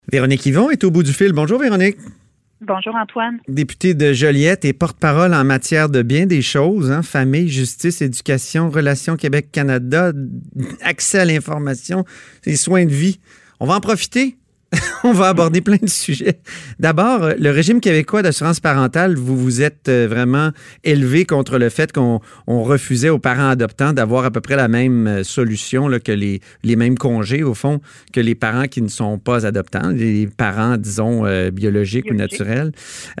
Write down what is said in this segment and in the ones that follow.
Véronique Yvon est au bout du fil. Bonjour Véronique. Bonjour Antoine. Députée de Joliette et porte-parole en matière de bien des choses, famille, justice, éducation, relations Québec-Canada, accès à l'information et soins de vie. On va en profiter. On va aborder plein de sujets. D'abord, le régime québécois d'assurance parentale, vous vous êtes vraiment élevé contre le fait qu'on refusait aux parents adoptants d'avoir à peu près la même solution là, que les mêmes congés, au fond, que les parents qui ne sont pas adoptants, les parents, disons, biologiques ou naturels.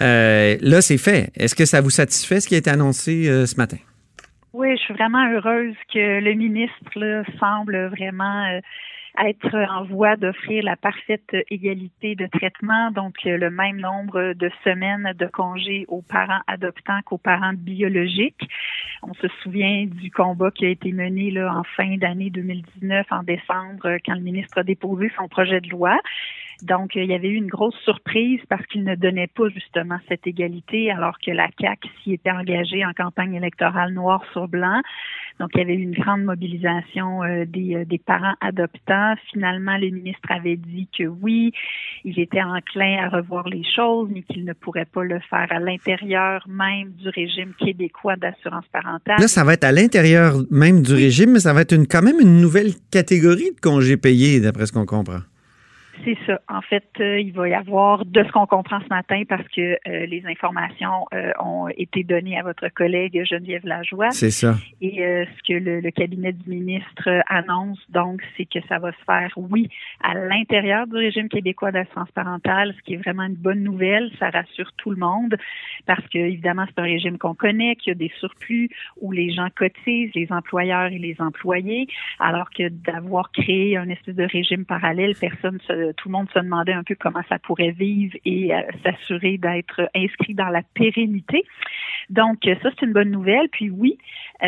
Là, c'est fait. Est-ce que ça vous satisfait, ce qui a été annoncé ce matin? Oui, je suis vraiment heureuse que le ministre là, semble vraiment être en voie d'offrir la parfaite égalité de traitement, donc le même nombre de semaines de congés aux parents adoptants qu'aux parents biologiques. On se souvient du combat qui a été mené là, en fin d'année 2019, en décembre, quand le ministre a déposé son projet de loi. Donc, il y avait eu une grosse surprise parce qu'il ne donnait pas justement cette égalité, alors que la CAQ s'y était engagée en campagne électorale noir sur blanc. Donc, il y avait eu une grande mobilisation des parents adoptants. Finalement, le ministre avait dit que oui, il était enclin à revoir les choses, mais qu'il ne pourrait pas le faire à l'intérieur même du régime québécois d'assurance parentale. Là, ça va être à l'intérieur même du régime, mais ça va être quand même une nouvelle catégorie de congés payés, d'après ce qu'on comprend. C'est ça. En fait, il va y avoir, de ce qu'on comprend ce matin, parce que les informations ont été données à votre collègue Geneviève Lajoie. C'est ça. Et ce que le cabinet du ministre annonce, donc, c'est que ça va se faire, oui, à l'intérieur du régime québécois d'assurance parentale, ce qui est vraiment une bonne nouvelle. Ça rassure tout le monde parce que, évidemment, c'est un régime qu'on connaît, qu'il y a des surplus où les gens cotisent, les employeurs et les employés, alors que d'avoir créé un espèce de régime parallèle, tout le monde se demandait un peu comment ça pourrait vivre et s'assurer d'être inscrit dans la pérennité. Donc, ça, c'est une bonne nouvelle. Puis oui,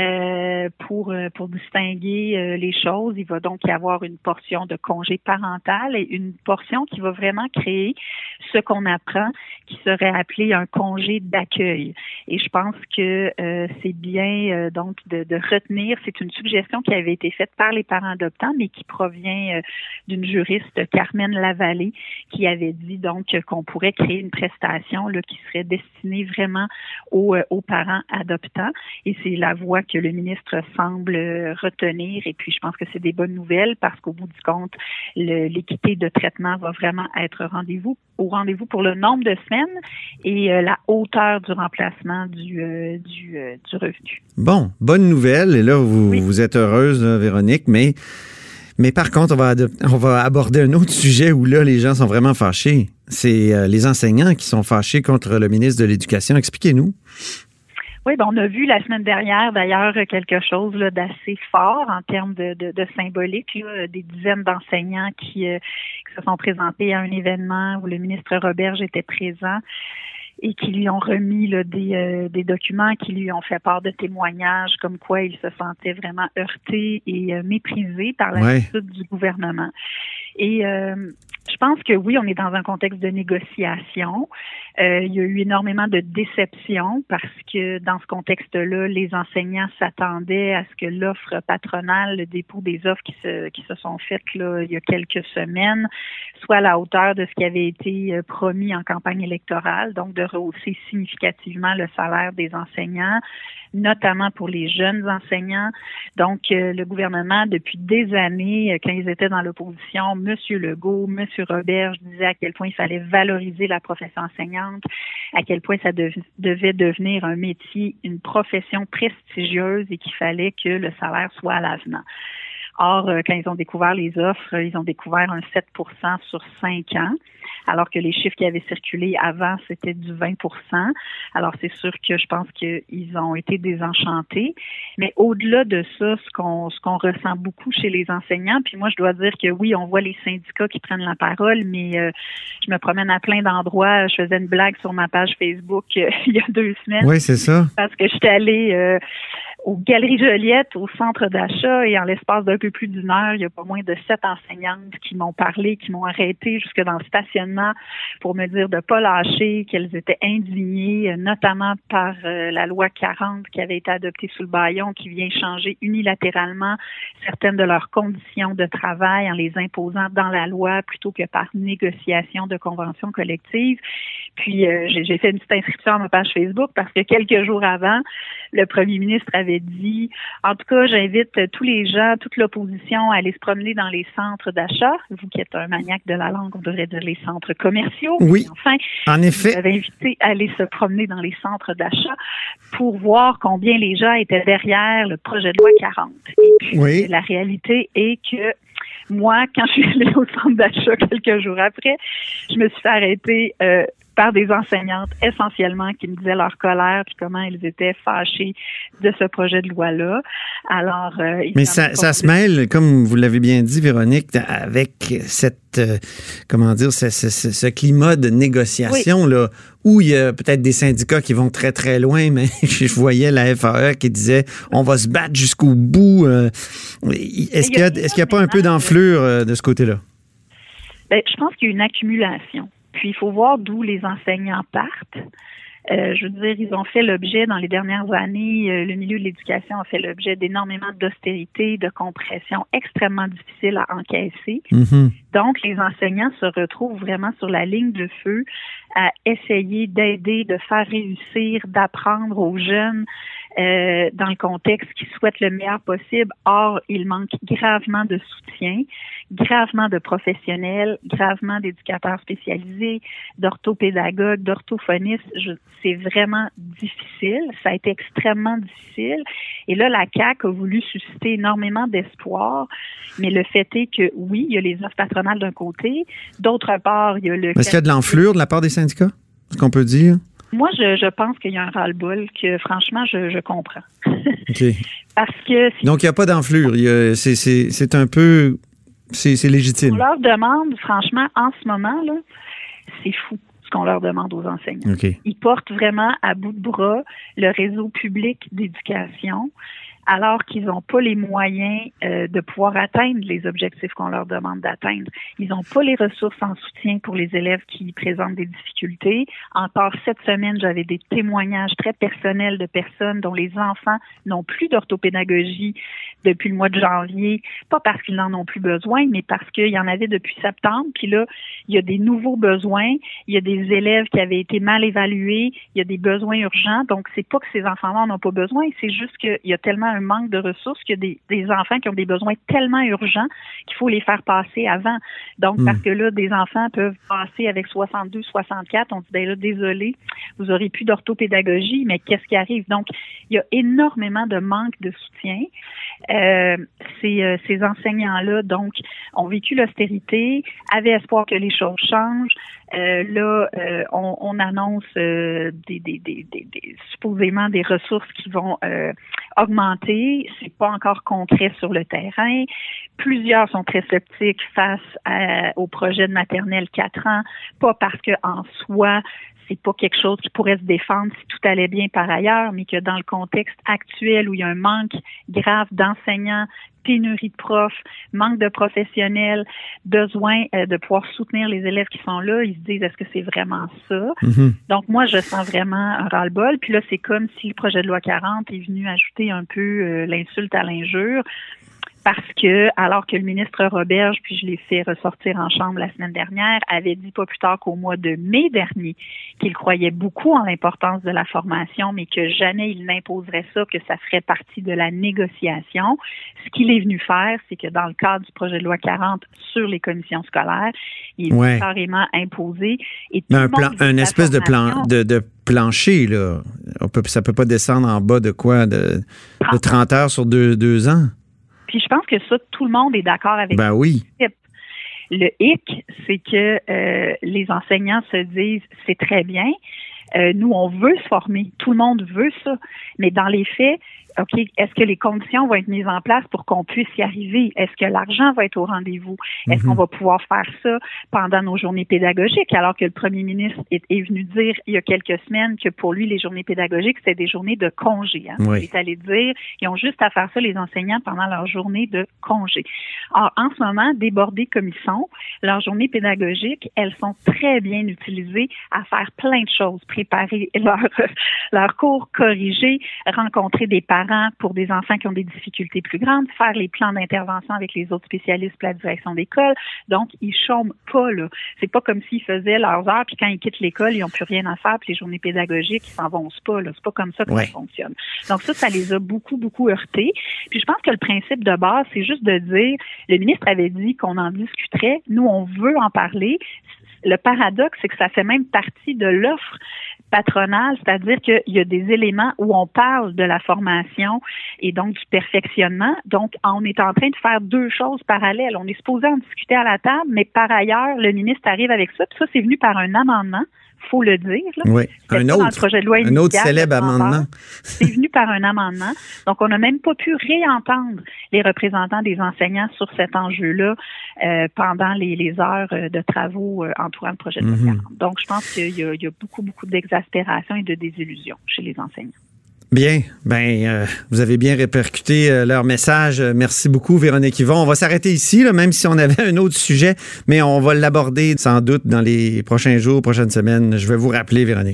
pour distinguer les choses, il va donc y avoir une portion de congé parental et une portion qui va vraiment créer ce qu'on apprend qui serait appelé un congé d'accueil. Et je pense que c'est bien donc de retenir, c'est une suggestion qui avait été faite par les parents adoptants, mais qui provient d'une juriste, Carmen Lavallée, qui avait dit donc qu'on pourrait créer une prestation là, qui serait destinée vraiment aux parents adoptants. Et c'est la voie que le ministre semble retenir. Et puis, je pense que c'est des bonnes nouvelles parce qu'au bout du compte, l'équité de traitement va vraiment être au rendez-vous pour le nombre de semaines et la hauteur du remplacement du revenu. Bon, bonne nouvelle. Et là, vous êtes heureuse, là, Véronique, mais par contre, on va aborder un autre sujet où là, les gens sont vraiment fâchés. C'est les enseignants qui sont fâchés contre le ministre de l'Éducation. Expliquez-nous. Oui, on a vu la semaine dernière, d'ailleurs, quelque chose là, d'assez fort en termes de symbolique, là, des dizaines d'enseignants qui se sont présentés à un événement où le ministre Roberge était présent et qui lui ont remis là, des documents, qui lui ont fait part de témoignages comme quoi il se sentait vraiment heurté et méprisé par l'attitude du gouvernement. Et je pense que oui, on est dans un contexte de négociation. Il y a eu énormément de déception parce que dans ce contexte-là, les enseignants s'attendaient à ce que l'offre patronale, le dépôt des offres qui se sont faites là, il y a quelques semaines, soit à la hauteur de ce qui avait été promis en campagne électorale, donc de rehausser significativement le salaire des enseignants, notamment pour les jeunes enseignants. Donc, le gouvernement, depuis des années, quand ils étaient dans l'opposition, M. Legault, M. Roberge disaient à quel point il fallait valoriser la profession enseignante, à quel point ça devait devenir un métier, une profession prestigieuse et qu'il fallait que le salaire soit à l'avenant. Or, quand ils ont découvert les offres, ils ont découvert un 7 % sur 5 ans, alors que les chiffres qui avaient circulé avant, c'était du 20 %. Alors, c'est sûr que je pense qu'ils ont été désenchantés. Mais au-delà de ça, ce qu'on ressent beaucoup chez les enseignants, puis moi, je dois dire que oui, on voit les syndicats qui prennent la parole, mais je me promène à plein d'endroits. Je faisais une blague sur ma page Facebook il y a 2 semaines. Oui, c'est ça. Parce que j'étais allée aux Galeries Joliette, au centre d'achat, et en l'espace d'un peu plus d'une heure, il y a pas moins de 7 enseignantes qui m'ont parlé, qui m'ont arrêté jusque dans le stationnement pour me dire de pas lâcher, qu'elles étaient indignées, notamment par la loi 40 qui avait été adoptée sous le bâillon, qui vient changer unilatéralement certaines de leurs conditions de travail en les imposant dans la loi plutôt que par négociation de conventions collectives. Puis, j'ai fait une petite inscription à ma page Facebook parce que quelques jours avant, le premier ministre avait dit, en tout cas, j'invite tous les gens, toute l'opposition à aller se promener dans les centres d'achat. Vous qui êtes un maniaque de la langue, on devrait dire les centres commerciaux. Oui, enfin, en effet. J'avais invité à aller se promener dans les centres d'achat pour voir combien les gens étaient derrière le projet de loi 40. Et puis, oui. La réalité est que moi, quand je suis allée au centre d'achat quelques jours après, je me suis fait arrêter par des enseignantes essentiellement qui me disaient leur colère puis comment elles étaient fâchées de ce projet de loi-là. Alors, mais ça se mêle, comme vous l'avez bien dit, Véronique, avec cette comment dire, ce climat de négociation là, où il y a peut-être des syndicats qui vont très très loin, mais je voyais la FAE qui disait on va se battre jusqu'au bout. Est-ce qu'il y a pas un peu d'enflure de ce côté-là? Ben, je pense qu'il y a une accumulation. Puis, il faut voir d'où les enseignants partent. Je veux dire, ils ont fait l'objet, dans les dernières années, le milieu de l'éducation a fait l'objet d'énormément d'austérité, de compression extrêmement difficiles à encaisser. Mm-hmm. Donc, les enseignants se retrouvent vraiment sur la ligne de feu à essayer d'aider, de faire réussir, d'apprendre aux jeunes dans le contexte qu'ils souhaitent le meilleur possible. Or, il manque gravement de soutien, gravement de professionnels, gravement d'éducateurs spécialisés, d'orthopédagogues, d'orthophonistes. C'est vraiment difficile. Ça a été extrêmement difficile. Et là, la CAQ a voulu susciter énormément d'espoir. Mais le fait est que, oui, il y a les offres patronales d'un côté. D'autre part, il y a le... Est-ce qu'il y a de l'enflure de la part des syndicats? Est-ce qu'on peut dire? Moi, je pense qu'il y a un ras-le-bol que, franchement, je comprends. OK. Parce que... Donc, il n'y a pas d'enflure. C'est un peu... C'est légitime. On leur demande, franchement, en ce moment, là, c'est fou ce qu'on leur demande aux enseignants. Okay. Ils portent vraiment à bout de bras le réseau public d'éducation, alors qu'ils n'ont pas les moyens de pouvoir atteindre les objectifs qu'on leur demande d'atteindre. Ils n'ont pas les ressources en soutien pour les élèves qui présentent des difficultés. Encore cette semaine, j'avais des témoignages très personnels de personnes dont les enfants n'ont plus d'orthopédagogie depuis le mois de janvier, pas parce qu'ils n'en ont plus besoin, mais parce qu'il y en avait depuis septembre. Puis là, il y a des nouveaux besoins, il y a des élèves qui avaient été mal évalués, il y a des besoins urgents. Donc, c'est pas que ces enfants-là n'ont pas besoin, c'est juste qu'il y a tellement un manque de ressources qu'il y a des enfants qui ont des besoins tellement urgents qu'il faut les faire passer avant. Donc, parce que là, des enfants peuvent passer avec 62, 64, on dit, ben là, désolé, vous aurez plus d'orthopédagogie, mais qu'est-ce qui arrive? Donc, il y a énormément de manque de soutien. Ces enseignants-là, donc, ont vécu l'austérité, avaient espoir que les choses changent. On annonce supposément des ressources qui vont augmenter. C'est pas encore concret sur le terrain. Plusieurs sont très sceptiques face au projet de maternelle 4 ans, pas parce que en soi c'est pas quelque chose qui pourrait se défendre si tout allait bien par ailleurs, mais que dans le contexte actuel où il y a un manque grave d'enseignants, pénurie de profs, manque de professionnels, besoin de pouvoir soutenir les élèves qui sont là, ils se disent, est-ce que c'est vraiment ça? Mm-hmm. Donc, moi, je sens vraiment un ras-le-bol. Puis là, c'est comme si le projet de loi 40 est venu ajouter un peu l'insulte à l'injure. Parce que, alors que le ministre Roberge, puis je l'ai fait ressortir en chambre la semaine dernière, avait dit pas plus tard qu'au mois de mai dernier qu'il croyait beaucoup en l'importance de la formation, mais que jamais il n'imposerait ça, que ça ferait partie de la négociation. Ce qu'il est venu faire, c'est que dans le cadre du projet de loi 40 sur les commissions scolaires, il est carrément imposé. Et un espèce de plancher, là. Ça peut pas descendre en bas de quoi? De 30 heures sur deux ans? Puis je pense que ça, tout le monde est d'accord avec ça. Ben oui. Le hic, c'est que les enseignants se disent, c'est très bien, nous, on veut se former, tout le monde veut ça, mais dans les faits, OK, est-ce que les conditions vont être mises en place pour qu'on puisse y arriver? Est-ce que l'argent va être au rendez-vous? Est-ce qu'on va pouvoir faire ça pendant nos journées pédagogiques? Alors que le premier ministre est venu dire il y a quelques semaines que pour lui, les journées pédagogiques, c'était des journées de congé. Hein? Oui. Il est allé dire, ils ont juste à faire ça, les enseignants, pendant leur journée de congé. Or, en ce moment, débordés comme ils sont, leurs journées pédagogiques, elles sont très bien utilisées à faire plein de choses. Préparer leur cours, corriger, rencontrer des parents pour des enfants qui ont des difficultés plus grandes, faire les plans d'intervention avec les autres spécialistes pour la direction d'école. Donc, ils chôment pas, là. C'est pas comme s'ils faisaient leurs heures, puis quand ils quittent l'école, ils n'ont plus rien à faire, puis les journées pédagogiques, ils s'en vont pas, là. C'est pas comme ça que ça fonctionne. Donc, ça les a beaucoup heurtés. Puis, je pense que le principe de base, c'est juste de dire, le ministre avait dit qu'on en discuterait. Nous, on veut en parler. Le paradoxe, c'est que ça fait même partie de l'offre patronale, c'est-à-dire qu'il y a des éléments où on parle de la formation et donc du perfectionnement. Donc, on est en train de faire deux choses parallèles. On est supposé en discuter à la table, mais par ailleurs, le ministre arrive avec ça. Puis ça, c'est venu par un amendement. Faut le dire. Là. Oui, un autre célèbre amendement. C'est venu par un amendement. Donc, on n'a même pas pu réentendre les représentants des enseignants sur cet enjeu-là pendant les heures de travaux entourant le projet de loi 40. Donc, je pense qu'il y a beaucoup d'exaspération et de désillusion chez les enseignants. Bien. Vous avez bien répercuté leur message. Merci beaucoup, Véronique Yvon. On va s'arrêter ici, là, même si on avait un autre sujet, mais on va l'aborder sans doute dans les prochains jours, prochaines semaines. Je vais vous rappeler, Véronique.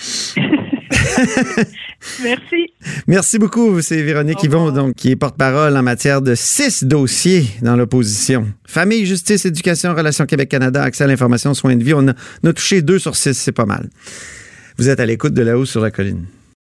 Merci. Merci beaucoup. C'est Véronique Yvon, donc, qui est porte-parole en matière de 6 dossiers dans l'opposition. Famille, justice, éducation, relations Québec-Canada, accès à l'information, soins de vie. On a touché 2 sur 6, c'est pas mal. Vous êtes à l'écoute de Là-haut sur la colline.